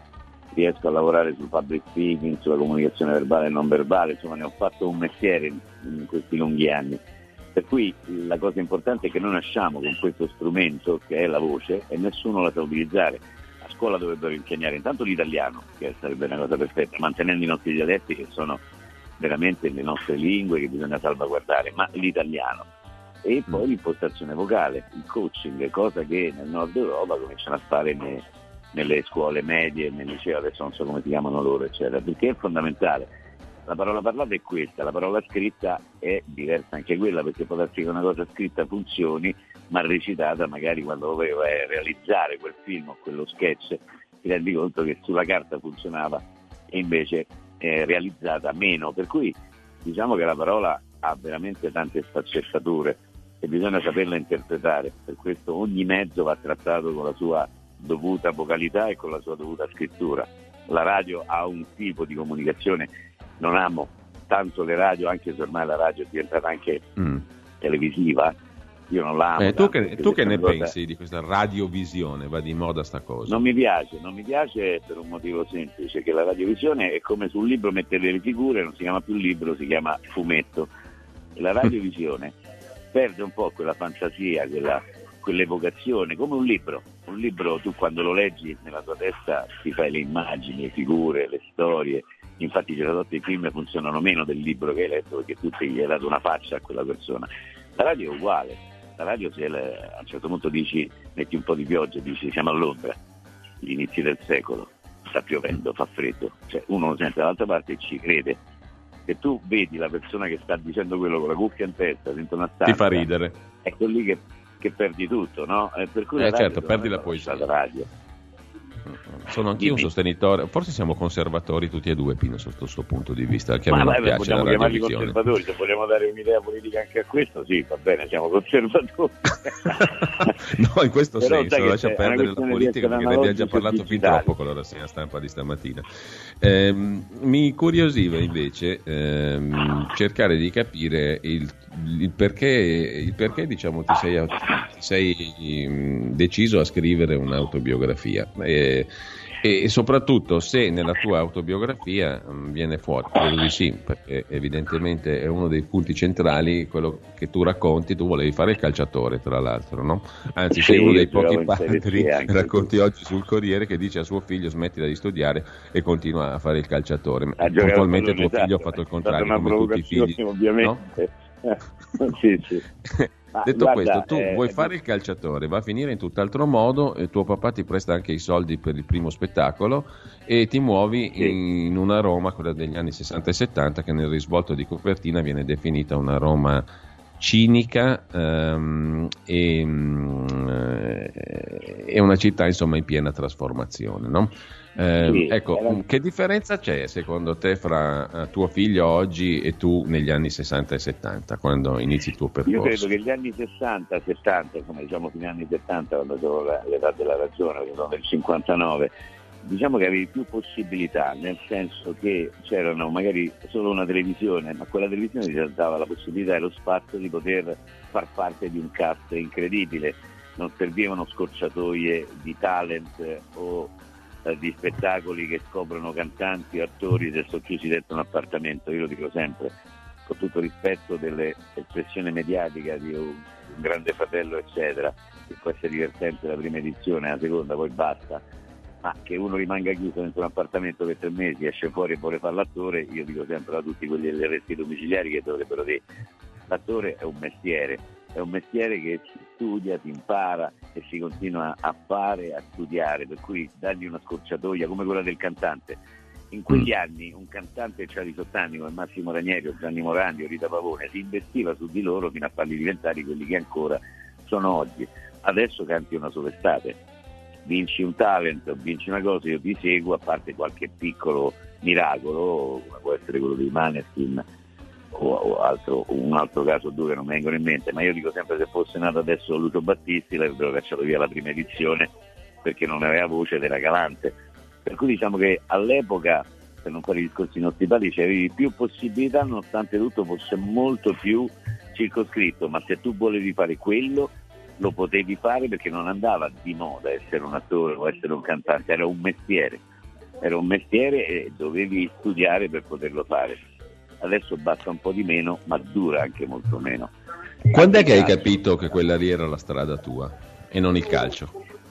riesco a lavorare sul public speaking, sulla comunicazione verbale e non verbale, insomma ne ho fatto un mestiere in, in questi lunghi anni. Per cui la cosa importante è che noi nasciamo con questo strumento che è la voce e nessuno la sa utilizzare. A scuola dovrebbero insegnare intanto l'italiano, che sarebbe una cosa perfetta, mantenendo i nostri dialetti che sono veramente le nostre lingue che bisogna salvaguardare, ma l'italiano. E poi l'impostazione vocale, il coaching, cosa che nel nord Europa cominciano a fare ne, nelle scuole medie, nel liceo, adesso non so come si chiamano loro, eccetera, perché è fondamentale. La parola parlata è questa, la parola scritta è diversa anche quella, perché può darsi che una cosa scritta funzioni, ma recitata magari quando lo vai a realizzare quel film o quello sketch ti rendi conto che sulla carta funzionava e invece è realizzata meno, per cui diciamo che la parola ha veramente tante sfaccettature e bisogna saperla interpretare, per questo ogni mezzo va trattato con la sua dovuta vocalità e con la sua dovuta scrittura. La radio ha un tipo di comunicazione, non amo tanto le radio, anche se ormai la radio è diventata anche mm. televisiva, io non la amo. Eh, tu che, tu che ne cosa... pensi di questa radiovisione? Va di moda sta cosa? Non mi piace, non mi piace per un motivo semplice, che la radiovisione è come sul libro mettere le figure, non si chiama più libro, si chiama fumetto. E la radiovisione perde un po' quella fantasia, quella, quell'evocazione, come un libro. Un libro tu quando lo leggi nella tua testa ti fai le immagini, le figure, le storie. Infatti i tradotti i film funzionano meno del libro che hai letto, perché tu ti hai dato una faccia a quella persona. La radio è uguale, la radio se le, a un certo punto dici, metti un po' di pioggia e dici siamo a Londra, gli inizi del secolo, sta piovendo, fa freddo, cioè uno lo sente dall'altra parte e ci crede. Se tu vedi la persona che sta dicendo quello con la cuffia in testa dentro una stanza, ti fa ridere, è lì che, che perdi tutto, no? Eh, per cui eh la certo, perdi la poesia. La radio. Sono anch'io un sostenitore, forse siamo conservatori tutti e due, Pino, sotto il suo punto di vista, che a me ma non vai, piace la chiamarli radiovisione. Conservatori, se vogliamo dare un'idea politica anche a questo, sì, va bene, siamo conservatori. No, in questo Però senso, lascia perdere la politica, perché ne abbiamo già parlato fin troppo con la rassegna stampa di stamattina. Eh, mi incuriosiva invece ehm, cercare di capire il, il perché, il perché diciamo, ti sei, ti sei mh, deciso a scrivere un'autobiografia. Eh, E soprattutto se nella tua autobiografia mh, viene fuori, credo di sì, perché evidentemente è uno dei punti centrali quello che tu racconti. Tu volevi fare il calciatore, tra l'altro, no? Anzi, sei sì, uno dei pochi padri che racconti oggi sul Corriere che dice a suo figlio smettila di studiare e continua a fare il calciatore. Puntualmente tuo figlio ha fatto il contrario, come tutti i figli, ovviamente. No? sì, sì. Ma detto guarda, questo, tu eh, vuoi fare il calciatore, va a finire in tutt'altro modo, e tuo papà ti presta anche i soldi per il primo spettacolo e ti muovi sì. in, in una Roma, quella degli anni sessanta e settanta, che nel risvolto di copertina viene definita una Roma cinica ehm, e, eh, è una città insomma in piena trasformazione, no? Eh, sì, ecco, era... che differenza c'è secondo te fra uh, tuo figlio oggi e tu negli anni sessanta e settanta, quando inizi il tuo percorso? Io credo che gli anni sessanta settanta, insomma diciamo fino agli anni settanta, quando avevo l'età della ragione, che sono del cinquantanove, diciamo che avevi più possibilità, nel senso che c'erano magari solo una televisione, ma quella televisione ti dava la possibilità e lo spazio di poter far parte di un cast incredibile. Non servivano scorciatoie di talent o eh, di spettacoli che scoprono cantanti o attori se sono chiusi dentro un appartamento. Io lo dico sempre, con tutto rispetto dell'espressione mediatica di un, un grande fratello eccetera, che può essere divertente la prima edizione, la seconda poi basta, ma che uno rimanga chiuso dentro un appartamento per tre mesi, esce fuori e vuole fare l'attore, io dico sempre a tutti quelli degli arresti domiciliari che dovrebbero dire: l'attore è un mestiere, è un mestiere che si studia, si impara e si continua a fare, a studiare, per cui dargli una scorciatoia come quella del cantante. In quegli anni un cantante c'ha diciotto anni come Massimo Ranieri o Gianni Morandi o Rita Pavone, si investiva su di loro fino a farli diventare quelli che ancora sono oggi. Adesso canti una sola estate, vinci un talent o vinci una cosa, io ti seguo, a parte qualche piccolo miracolo, come può essere quello dei Maneskin o, o altro, un altro caso o due che non mi vengono in mente, ma io dico sempre: se fosse nato adesso Lucio Battisti l'avrebbero cacciato via la prima edizione perché non aveva voce ed era galante. Per cui diciamo che all'epoca, per non fare i discorsi nostipati, c'avevi più possibilità, nonostante tutto fosse molto più circoscritto, ma se tu volevi fare quello lo potevi fare perché non andava di moda essere un attore o essere un cantante, era un mestiere. era un mestiere e dovevi studiare per poterlo fare. Adesso basta un po' di meno, ma dura anche molto meno. Quando è che hai capito che quella lì era la strada tua e non il calcio?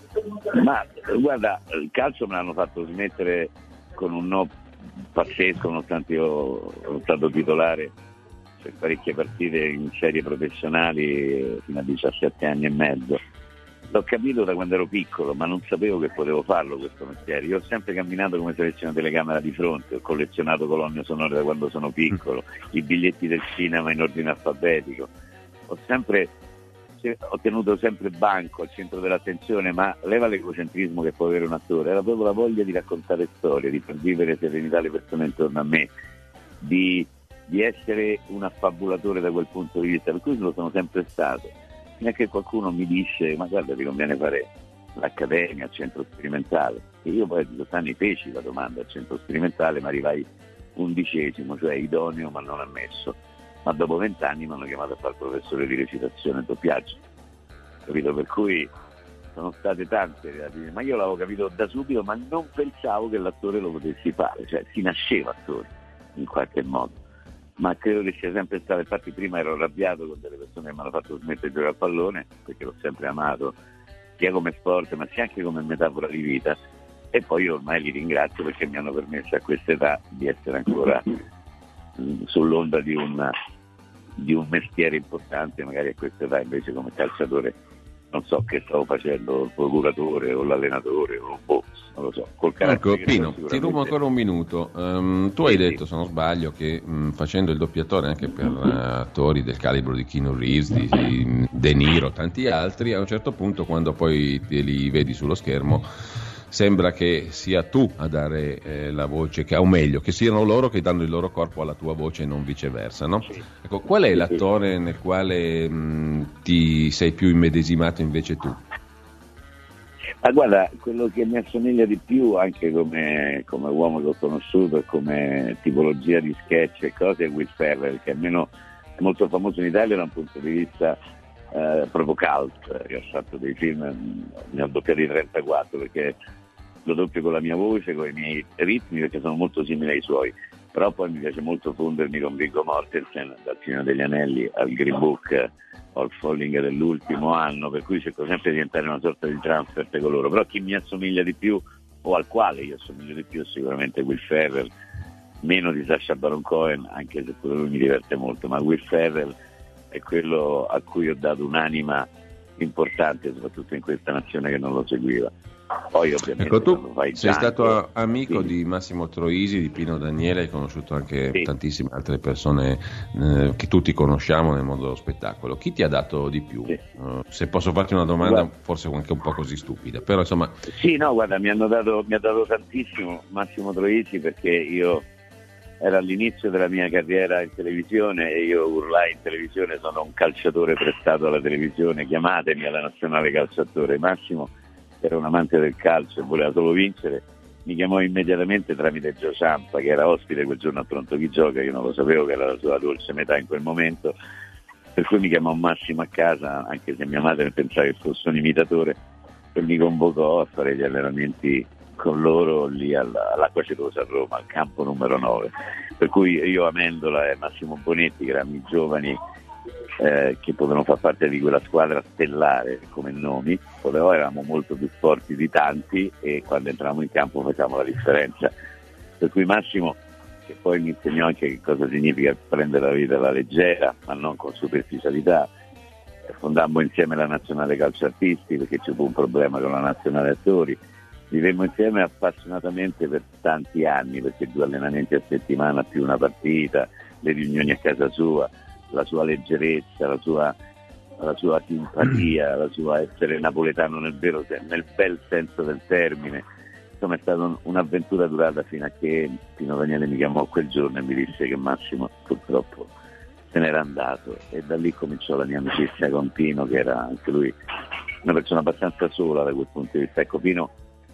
Ma guarda, il calcio me l'hanno fatto smettere con un no pazzesco, nonostante io sono stato titolare per parecchie partite in serie professionali fino a diciassette anni e mezzo. L'ho capito da quando ero piccolo, ma non sapevo che potevo farlo questo mestiere. Io ho sempre camminato come se avessi una telecamera di fronte, ho collezionato colonne sonore da quando sono piccolo, i biglietti del cinema in ordine alfabetico. Ho sempre ho tenuto sempre banco al centro dell'attenzione, ma leva l'egocentrismo che può avere un attore, era proprio la voglia di raccontare storie, di far vivere serenità alle persone intorno a me, di, di essere un affabulatore da quel punto di vista, per cui lo sono sempre stato. Fino a che qualcuno mi disse: ma guarda, ti conviene fare l'accademia al centro sperimentale, e io poi a diciotto anni feci la domanda al centro sperimentale, ma arrivai undicesimo, cioè idoneo ma non ammesso, ma dopo vent'anni mi hanno chiamato a fare il professore di recitazione e doppiaggio, capito? Per cui sono state tante relative, ma io l'avevo capito da subito, ma non pensavo che l'attore lo potessi fare, cioè si nasceva attore in qualche modo, ma credo che sia sempre stato. Infatti prima ero arrabbiato con delle persone che mi hanno fatto smettere di giocare a pallone, perché l'ho sempre amato sia come sport ma sia anche come metafora di vita, e poi io ormai li ringrazio perché mi hanno permesso a questa età di essere ancora mh, sull'onda di un, di un mestiere importante. Magari a questa età invece come calciatore non so che stavo facendo, il procuratore o l'allenatore o boh, non lo so, col Ecco, carattere. Pino, ti rubo ancora un minuto. Um, tu hai detto, se non sbaglio, che um, facendo il doppiatore anche per uh, attori del calibro di Keanu Reeves, di, di De Niro, tanti altri, a un certo punto, quando poi te li vedi sullo schermo, sembra che sia tu a dare eh, la voce, che, o meglio, che siano loro che danno il loro corpo alla tua voce e non viceversa, no? Sì. Ecco, qual è l'attore nel quale mh, ti sei più immedesimato invece tu? Ma guarda, quello che mi assomiglia di più anche come, come uomo che ho conosciuto e come tipologia di sketch e cose è Will Ferrell, che almeno è molto famoso in Italia da un punto di vista eh, proprio cult. Io ho fatto dei film, ne ho doppiati trentaquattro perché lo doppio con la mia voce, con i miei ritmi, perché sono molto simili ai suoi, però poi mi piace molto fondermi con Viggo Mortensen, dal Signore degli Anelli al Green Book o al Falling dell'ultimo anno, per cui cerco sempre di diventare una sorta di transfer con loro. Però chi mi assomiglia di più, o al quale io assomiglio di più, è sicuramente Will Ferrell, meno di Sacha Baron Cohen, anche se pure lui mi diverte molto, ma Will Ferrell è quello a cui ho dato un'anima importante, soprattutto in questa nazione che non lo seguiva. Poi ovviamente ecco, tu fai sei Django, stato amico sì. di Massimo Troisi, di Pino Daniele, hai conosciuto anche sì. tantissime altre persone eh, che tutti conosciamo nel mondo dello spettacolo. Chi ti ha dato di più? Sì. Uh, se posso farti una domanda guarda. forse anche un po' così stupida, però insomma... Sì, no, guarda, mi hanno dato, mi ha dato tantissimo Massimo Troisi, perché io era all'inizio della mia carriera in televisione e io urlai in televisione: sono un calciatore prestato alla televisione, chiamatemi alla nazionale calciatore. Massimo era un amante del calcio e voleva solo vincere, mi chiamò immediatamente tramite Gio Ciampa, che era ospite quel giorno a Pronto Chi Gioca. Io non lo sapevo che era la sua dolce metà in quel momento, per cui mi chiamò Massimo a casa, anche se mia madre pensava che fosse un imitatore, e mi convocò a fare gli allenamenti con loro lì all'Acquacetosa a Roma, al campo numero nove. Per cui io, Amendola e Massimo Bonetti, che erano i giovani eh, che potevano far parte di quella squadra stellare come nomi, però eravamo molto più forti di tanti e quando entravamo in campo facevamo la differenza. Per cui Massimo, che poi mi insegnò anche che cosa significa prendere la vita alla leggera, ma non con superficialità. Fondammo insieme la Nazionale Calcio Artisti perché ci fu un problema con la Nazionale Attori. Vivemmo insieme appassionatamente per tanti anni, perché due allenamenti a settimana più una partita, le riunioni a casa sua, la sua leggerezza, la sua, la sua simpatia, la sua essere napoletano nel vero nel bel senso del termine. Insomma, è stata un'avventura durata fino a che Pino Daniele mi chiamò quel giorno e mi disse che Massimo purtroppo se n'era andato, e da lì cominciò la mia amicizia con Pino, che era anche lui una persona abbastanza sola da quel punto di vista. Ecco, Pino,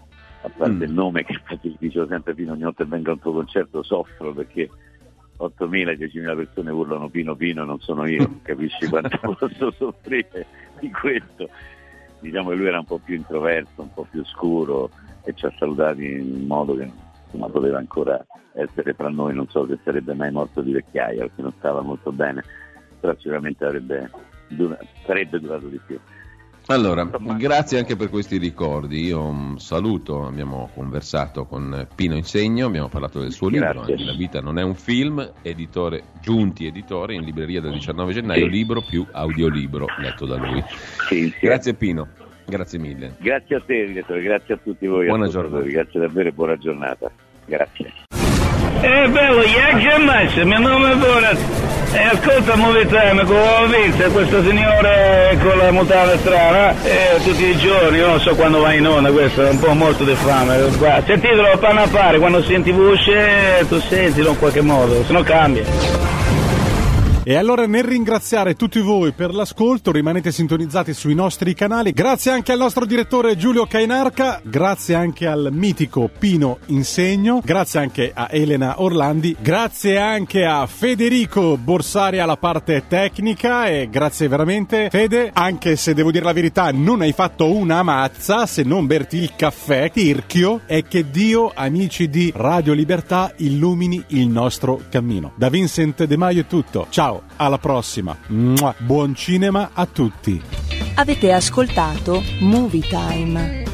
a parte mm. il nome, che infatti dicevo sempre Pino ogni volta che vengo a un tuo concerto soffro perché ottomila diecimila persone urlano Pino Pino e non sono io, capisci quanto posso soffrire di questo. Diciamo che lui era un po' più introverso, un po' più scuro, e ci ha salutati in un modo che insomma, poteva ancora essere fra noi, non so se sarebbe mai morto di vecchiaia perché non stava molto bene, però sicuramente avrebbe dura- sarebbe durato di più. Allora, grazie anche per questi ricordi. Io un saluto, abbiamo conversato con Pino Insegno, abbiamo parlato del suo libro, Grazie. Anche La vita non è un film, editore Giunti Editore, in libreria del diciannove gennaio, Sì. libro più audiolibro letto da lui. Sì, sì. Grazie Pino, grazie mille. Grazie a te, direttore, grazie a tutti voi. Buona ascoltatori. Grazie davvero e buona giornata. Grazie. Eh bello, Jack Giammas, mio nome è Borat. E ascolta Movie Time, come ho visto questo signore con la mutanda strana, eh, tutti i giorni, io non so quando va in onda, questo è un po' morto di fame. Guarda, sentitelo a panna pari, quando senti voce tu sentilo in qualche modo, se no cambia. E allora, nel ringraziare tutti voi per l'ascolto, rimanete sintonizzati sui nostri canali. Grazie anche al nostro direttore Giulio Cainarca, grazie anche al mitico Pino Insegno, grazie anche a Elena Orlandi, grazie anche a Federico Borsari alla parte tecnica e grazie veramente Fede, anche se devo dire la verità non hai fatto una mazza se non berti il caffè tirchio, e che Dio, amici di Radio Libertà, illumini il nostro cammino. Da Vincent De Maio è tutto, ciao, alla prossima. Mua. Buon cinema a tutti. Avete ascoltato Movie Time.